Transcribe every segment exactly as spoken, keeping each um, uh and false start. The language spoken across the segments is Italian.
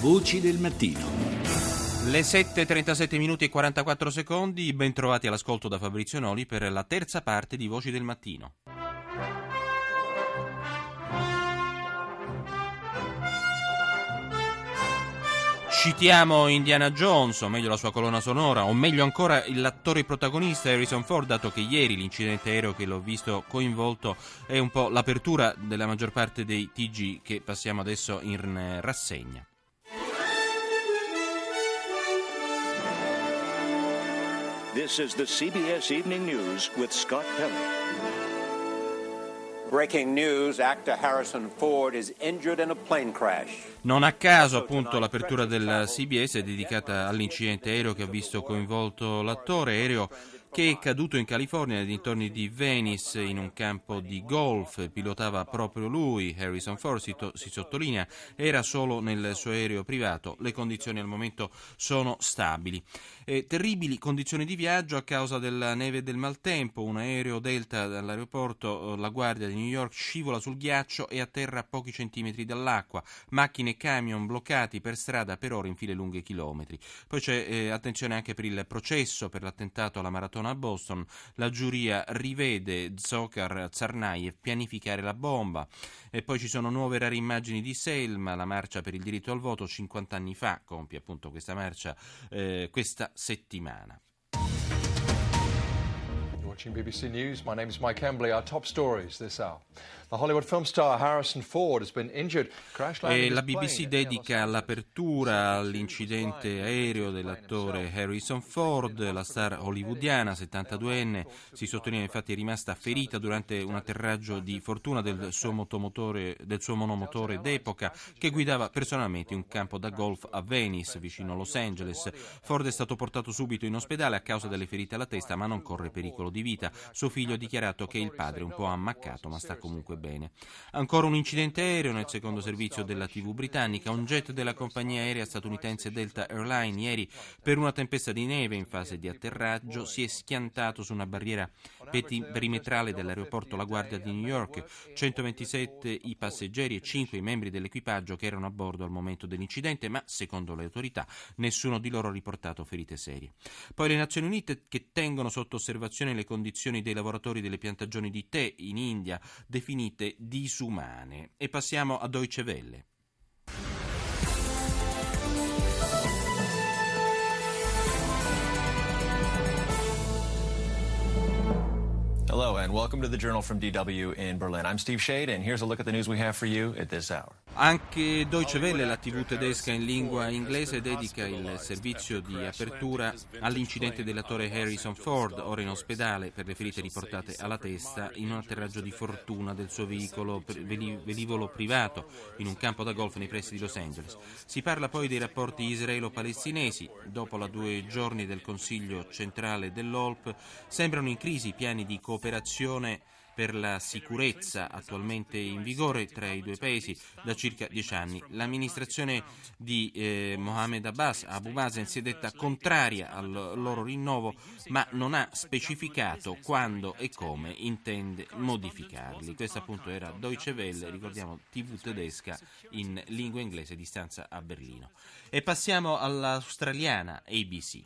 Voci del mattino. Le sette e trentasette minuti e quarantaquattro secondi, ben trovati all'ascolto da Fabrizio Noli per la terza parte di Voci del Mattino. Citiamo Indiana Jones, o meglio la sua colonna sonora, o meglio ancora l'attore protagonista Harrison Ford, dato che ieri l'incidente aereo che l'ho visto coinvolto è un po' l'apertura della maggior parte dei T G che passiamo adesso in rassegna. This is the C B S Evening News with Scott Pelley. Breaking news, actor Harrison Ford is injured in a plane crash. Non a caso, appunto, l'apertura del C B S è dedicata all'incidente aereo che ha visto coinvolto l'attore, aereo che è caduto in California nei dintorni di Venice in un campo di golf. Pilotava proprio lui, Harrison Ford, si, to- si sottolinea, era solo nel suo aereo privato. Le condizioni al momento sono stabili. Eh, terribili condizioni di viaggio a causa della neve e del maltempo. Un aereo Delta dall'aeroporto La Guardia di New York scivola sul ghiaccio e atterra a pochi centimetri dall'acqua. Macchine e camion bloccati per strada per ore in file lunghe chilometri. Poi c'è eh, attenzione anche per il processo per l'attentato alla maratona a Boston. La giuria rivede Dzhokhar Tsarnaev pianificare la bomba. E poi ci sono nuove rare immagini di Selma, la marcia per il diritto al voto cinquanta anni fa, compie appunto questa marcia eh, questa settimana. Watching B B C News, my name is Mike Embley. Our top stories this hour. The Hollywood film star Harrison Ford has been injured. Crash landing E his la B B plane C in dedica l'apertura all'incidente aereo dell'attore Harrison Ford. La star hollywoodiana, settantaduenne, si sottolinea infatti è rimasta ferita durante un atterraggio di fortuna del suo motomotore, del suo monomotore d'epoca che guidava personalmente un campo da golf a Venice, vicino Los Angeles. Ford è stato portato subito in ospedale a causa delle ferite alla testa, ma non corre pericolo di vita. Suo figlio ha dichiarato che il padre è un po' ammaccato, ma sta comunque bene. Ancora un incidente aereo nel secondo servizio della tivù britannica. Un jet della compagnia aerea statunitense Delta Airlines ieri, per una tempesta di neve in fase di atterraggio, si è schiantato su una barriera perimetrale dell'aeroporto La Guardia di New York. centoventisette i passeggeri e cinque i membri dell'equipaggio che erano a bordo al momento dell'incidente, ma secondo le autorità nessuno di loro ha riportato ferite serie. Poi le Nazioni Unite che tengono sotto osservazione le condizioni dei lavoratori delle piantagioni di tè in India, definite disumane. E passiamo a Deutsche Welle. Hello and welcome to the Journal from D W in Berlin. I'm Steve Shade and here's a look at the news we have for you at this hour. Anche Deutsche Welle, la tivù tedesca in lingua inglese, dedica il servizio di apertura all'incidente dell'attore Harrison Ford, ora in ospedale per le ferite riportate alla testa in un atterraggio di fortuna del suo veicolo, velivolo privato in un campo da golf nei pressi di Los Angeles. Si parla poi dei rapporti israelo-palestinesi. Dopo la due giorni del Consiglio centrale dell'O L P sembrano in crisi i piani di cooperazione per la sicurezza attualmente in vigore tra i due paesi da circa dieci anni. L'amministrazione di eh, Mohammed Abbas, Abu Mazen, si è detta contraria al loro rinnovo, ma non ha specificato quando e come intende modificarli. Questa appunto era Deutsche Welle, ricordiamo tivù tedesca in lingua inglese di stanza a Berlino. E passiamo all'australiana A B C.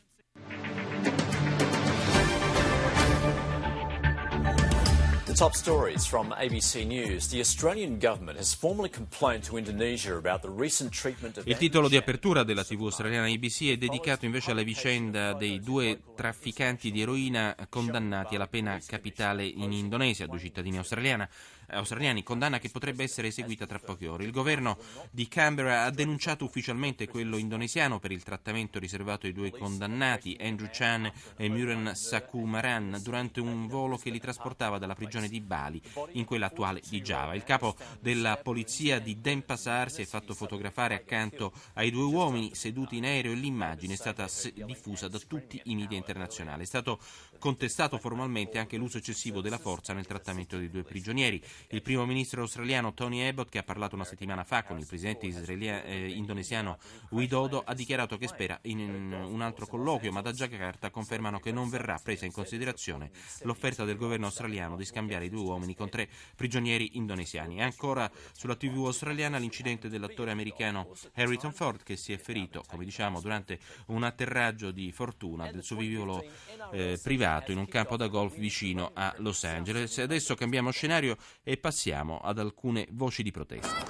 Top stories from A B C News. The Australian government has formally complained to Indonesia about the recent treatment of... Il titolo di apertura della tivù australiana A B C è dedicato invece alla vicenda dei due trafficanti di eroina condannati alla pena capitale in Indonesia, due cittadini australiana, australiani, condanna che potrebbe essere eseguita tra poche ore. Il governo di Canberra ha denunciato ufficialmente quello indonesiano per il trattamento riservato ai due condannati, Andrew Chan e Muren Sakumaran, durante un volo che li trasportava dalla prigione di Bali in quella attuale di Giava. Il capo della polizia di Denpasar si è fatto fotografare accanto ai due uomini seduti in aereo e l'immagine è stata diffusa da tutti i media internazionali. È stato contestato formalmente anche l'uso eccessivo della forza nel trattamento dei due prigionieri. Il primo ministro australiano Tony Abbott, che ha parlato una settimana fa con il presidente israelia- eh, indonesiano Widodo, ha dichiarato che spera in un altro colloquio, ma da Giacarta confermano che non verrà presa in considerazione l'offerta del governo australiano di scambiare i due uomini con tre prigionieri indonesiani. E ancora sulla tivù australiana l'incidente dell'attore americano Harrison Ford, che si è ferito, come diciamo, durante un atterraggio di fortuna del suo vivolo eh, privato in un campo da golf vicino a Los Angeles. Adesso cambiamo scenario e passiamo ad alcune voci di protesta.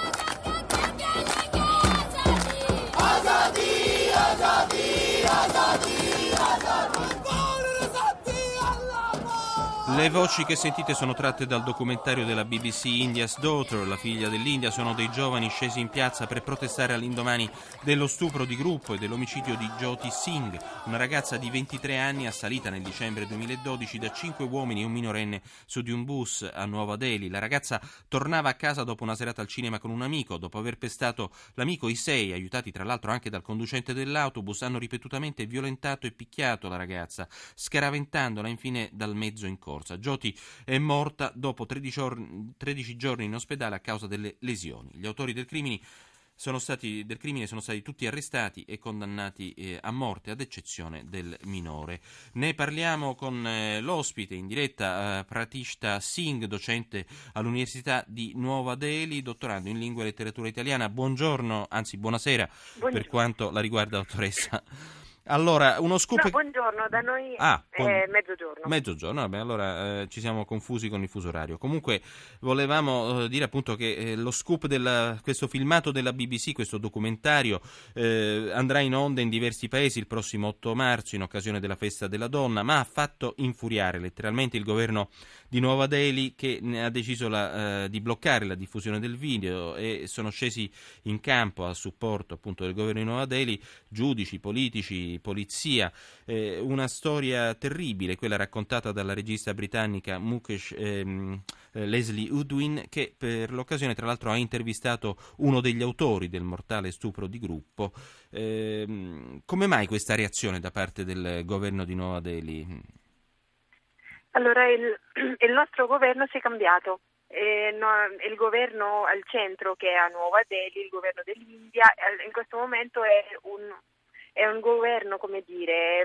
Le voci che sentite sono tratte dal documentario della B B C India's Daughter, la figlia dell'India. Sono dei giovani scesi in piazza per protestare all'indomani dello stupro di gruppo e dell'omicidio di Jyoti Singh, una ragazza di ventitré anni assalita nel dicembre duemiladodici da cinque uomini e un minorenne su di un bus a Nuova Delhi. La ragazza tornava a casa dopo una serata al cinema con un amico. Dopo aver pestato l'amico, i sei, aiutati tra l'altro anche dal conducente dell'autobus, hanno ripetutamente violentato e picchiato la ragazza, scaraventandola infine dal mezzo in corsa. Jyoti è morta dopo tredici giorni in ospedale a causa delle lesioni. Gli autori del crimine sono stati, del crimine sono stati tutti arrestati e condannati eh, a morte, ad eccezione del minore. Ne parliamo con eh, l'ospite in diretta, eh, Pratishta Singh, docente all'Università di Nuova Delhi, dottorando in lingua e letteratura italiana. Buongiorno, anzi buonasera, buongiorno. Per quanto la riguarda, dottoressa. Allora, uno scoop... No, buongiorno, da noi ah, è buon... mezzogiorno. Mezzogiorno, vabbè, allora eh, ci siamo confusi con il fuso orario. Comunque volevamo eh, dire appunto che eh, lo scoop di questo filmato della B B C, questo documentario, eh, andrà in onda in diversi paesi il prossimo otto marzo in occasione della festa della donna, ma ha fatto infuriare letteralmente il governo di Nuova Delhi, che ha deciso la, eh, di bloccare la diffusione del video, e sono scesi in campo a supporto appunto del governo di Nuova Delhi giudici, politici, polizia. Eh, una storia terribile, quella raccontata dalla regista britannica Mukesh ehm, eh, Leslie Udwin, che per l'occasione tra l'altro ha intervistato uno degli autori del mortale stupro di gruppo. Eh, come mai questa reazione da parte del governo di Nuova Delhi? Allora, il, il nostro governo si è cambiato. Eh, no, il governo al centro, che è a Nuova Delhi, il governo dell'India, in questo momento è un È un governo, come dire,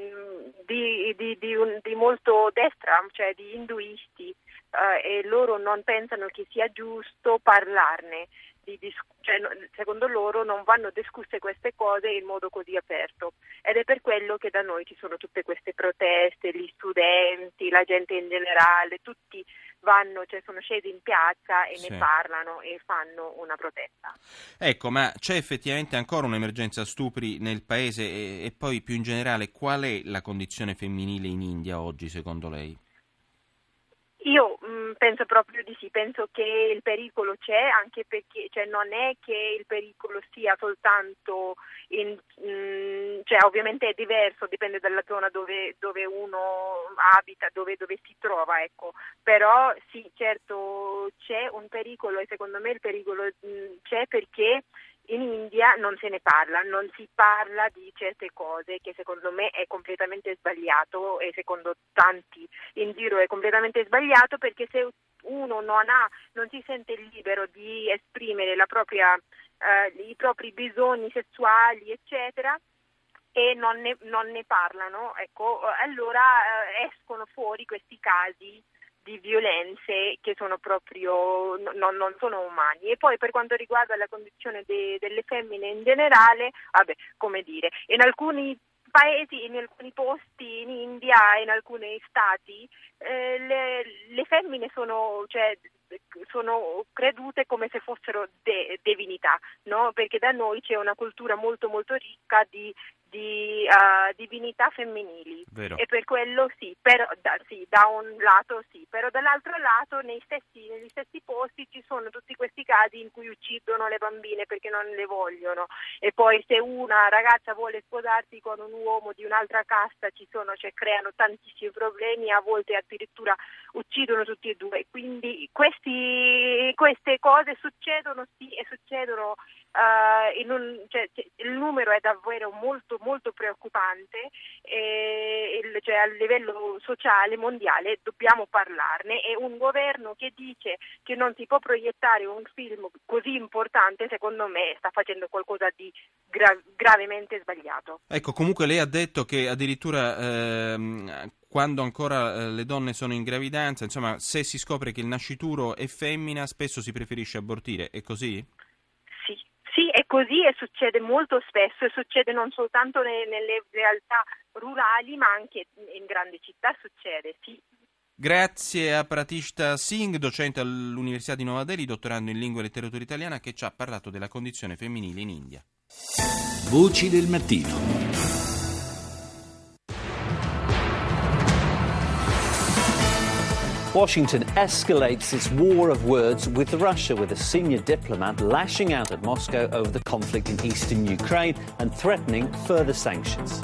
di, di, di, un, di molto destra, cioè di induisti, uh, e loro non pensano che sia giusto parlarne. Di dis- cioè, secondo loro non vanno discusse queste cose in modo così aperto, ed è per quello che da noi ci sono tutte queste proteste, gli studenti, la gente in generale, tutti vanno, cioè sono scesi in piazza e sì. ne parlano e fanno una protesta. Ecco, ma c'è effettivamente ancora un'emergenza stupri nel paese, e, e poi più in generale qual è la condizione femminile in India oggi secondo lei? Io mh, penso proprio di sì, penso che il pericolo c'è, anche perché cioè, non è che il pericolo sia soltanto in, mh, cioè ovviamente è diverso, dipende dalla zona dove, dove uno abita, dove, dove si trova, ecco. Però sì, certo c'è un pericolo, e secondo me il pericolo mh, c'è perché in India non se ne parla, non si parla di certe cose, che secondo me è completamente sbagliato, e secondo tanti in giro è completamente sbagliato, perché se uno non ha, non si sente libero di esprimere la propria, eh, i propri bisogni sessuali, eccetera, e non ne, non ne parlano, ecco, allora eh, escono fuori questi casi di violenze che sono proprio non, non sono umani. E poi per quanto riguarda la condizione de, delle femmine in generale, vabbè, come dire, in alcuni paesi, in alcuni posti in India, in alcuni stati, eh, le, le femmine sono, cioè, sono credute come se fossero de, divinità, no? Perché da noi c'è una cultura molto molto ricca di di uh, divinità femminili. Vero. E per quello sì, però, da, sì, da un lato sì, però dall'altro lato nei stessi, negli stessi posti ci sono tutti questi casi in cui uccidono le bambine perché non le vogliono, e poi se una ragazza vuole sposarsi con un uomo di un'altra casta ci sono, cioè creano tantissimi problemi, a volte addirittura uccidono tutti e due, quindi questi, queste cose succedono sì e succedono Uh, in un, cioè, il numero è davvero molto molto preoccupante, e il, cioè, a livello sociale mondiale dobbiamo parlarne, e un governo che dice che non si può proiettare un film così importante, secondo me sta facendo qualcosa di gra- gravemente sbagliato. Ecco, comunque lei ha detto che addirittura ehm, quando ancora eh, le donne sono in gravidanza, insomma, se si scopre che il nascituro è femmina, spesso si preferisce abortire, è così? Sì, sì, è così, e succede molto spesso, e succede non soltanto ne- nelle realtà rurali, ma anche in grandi città succede, sì. Grazie a Pratishta Singh, docente all'Università di Nuova Delhi, dottorando in lingua e letteratura italiana, che ci ha parlato della condizione femminile in India. Voci del mattino. Washington escalates its war of words with Russia, with a senior diplomat lashing out at Moscow over the conflict in eastern Ukraine and threatening further sanctions.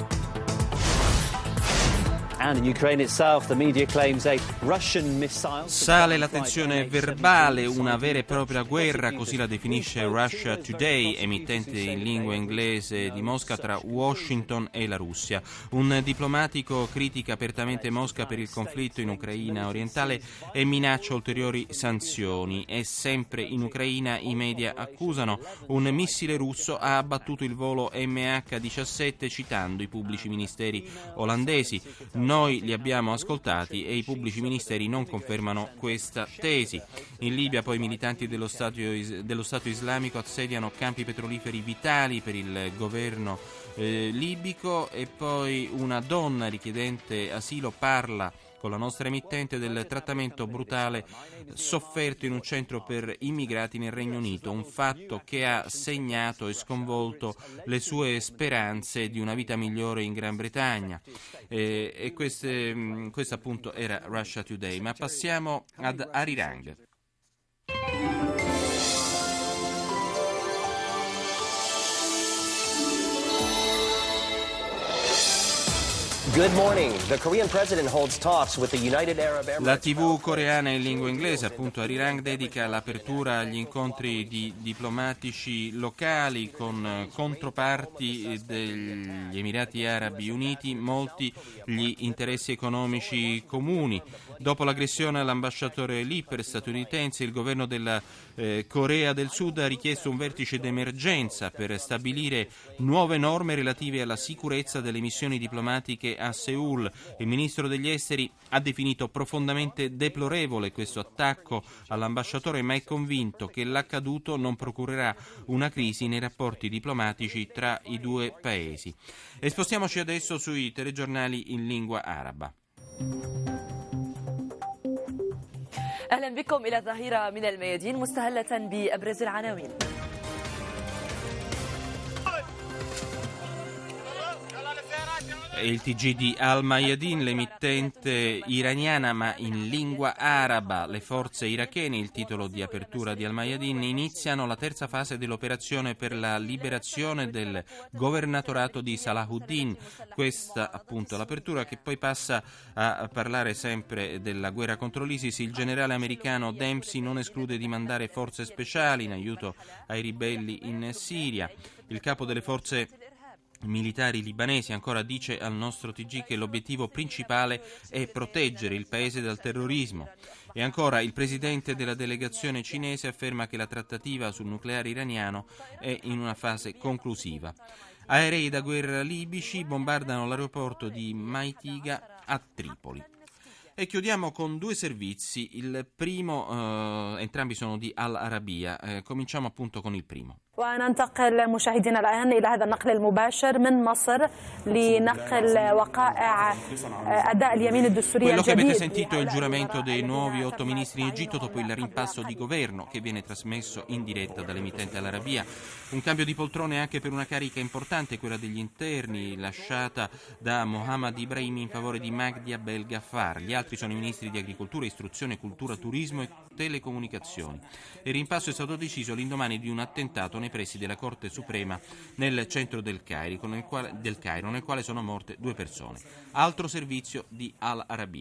And in Ukraine itself, the media claims a Russian missile. Sale la tensione verbale, una vera e propria guerra, così la definisce Russia Today, emittente in lingua inglese di Mosca, tra Washington e la Russia. Un diplomatico critica apertamente Mosca per il conflitto in Ucraina orientale e minaccia ulteriori sanzioni. E sempre in Ucraina i media accusano un missile russo ha abbattuto il volo M H diciassette, citando i pubblici ministeri olandesi. Noi li abbiamo ascoltati e i pubblici ministeri non confermano questa tesi. In Libia poi i militanti dello Stato, dello Stato islamico assediano campi petroliferi vitali per il governo eh, libico, e poi una donna richiedente asilo parla con la nostra emittente del trattamento brutale sofferto in un centro per immigrati nel Regno Unito, un fatto che ha segnato e sconvolto le sue speranze di una vita migliore in Gran Bretagna. E, e queste, questo appunto era Russia Today. Ma passiamo ad Arirang. Good morning. The Korean president holds talks with the United Arab Emirates. La tivù coreana in lingua inglese, appunto, Arirang, dedica l'apertura agli incontri di diplomatici locali con controparti degli Emirati Arabi Uniti, molti gli interessi economici comuni. Dopo l'aggressione all'ambasciatore Lipper statunitense, il governo della eh, Corea del Sud ha richiesto un vertice d'emergenza per stabilire nuove norme relative alla sicurezza delle missioni diplomatiche a Seul. Il ministro degli esteri ha definito profondamente deplorevole questo attacco all'ambasciatore, ma è convinto che l'accaduto non procurerà una crisi nei rapporti diplomatici tra i due paesi. E spostiamoci adesso sui telegiornali in lingua araba. أهلا بكم إلى ظهيرة من الميادين مستهلة بأبرز العناوين. Il T G di Al Mayadeen, l'emittente iraniana ma in lingua araba. Le forze irachene, il titolo di apertura di Al Mayadeen, iniziano la terza fase dell'operazione per la liberazione del governatorato di Salahuddin. Questa appunto l'apertura, che poi passa a parlare sempre della guerra contro l'ISIS. Il generale americano Dempsey non esclude di mandare forze speciali in aiuto ai ribelli in Siria. Il capo delle forze militari libanesi ancora dice al nostro T G che l'obiettivo principale è proteggere il paese dal terrorismo. E ancora il presidente della delegazione cinese afferma che la trattativa sul nucleare iraniano è in una fase conclusiva. Aerei da guerra libici bombardano l'aeroporto di Maitiga a Tripoli. E chiudiamo con due servizi. Il primo, eh, entrambi sono di Al Arabiya. Eh, cominciamo appunto con il primo. وننتقل مشاهدينا الآن إلى هذا النقل المباشر من مصر لنقل وقائع أداء اليمين الدستوري Quello che avete الجديد. sentito è il giuramento dei nuovi otto ministri in Egitto dopo il rimpasso di governo che viene trasmesso in diretta dall'emittente Al Arabiya. Un cambio di poltrone anche per una carica importante, quella degli interni, lasciata da Mohammad Ibrahim in favore di Magdi Abdel Ghaffar. Gli altri sono i ministri di agricoltura, istruzione, cultura, turismo e telecomunicazioni. Il rimpasso è stato deciso all'indomani di un attentato nei pressi della Corte Suprema nel centro del Cairo, nel quale, del Cairo, nel quale sono morte due persone. Altro servizio di Al Arabiya.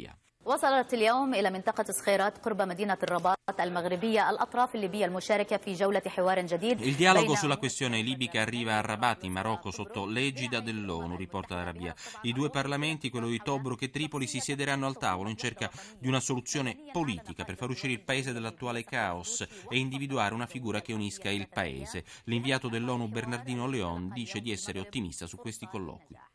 وصلت اليوم إلى منطقة صخيرات قرب مدينة الرباط المغربية الأطراف الليبية المشاركة في جولة حوار جديد. Il dialogo sulla questione libica arriva a Rabat, in Marocco, sotto l'egida dell'ONU, riporta l'Arabia. I due parlamenti, quello di Tobruk e Tripoli, si siederanno al tavolo in cerca di una soluzione politica per far uscire il paese dall'attuale caos e individuare una figura che unisca il paese. L'inviato dell'ONU Bernardino León dice di essere ottimista su questi colloqui.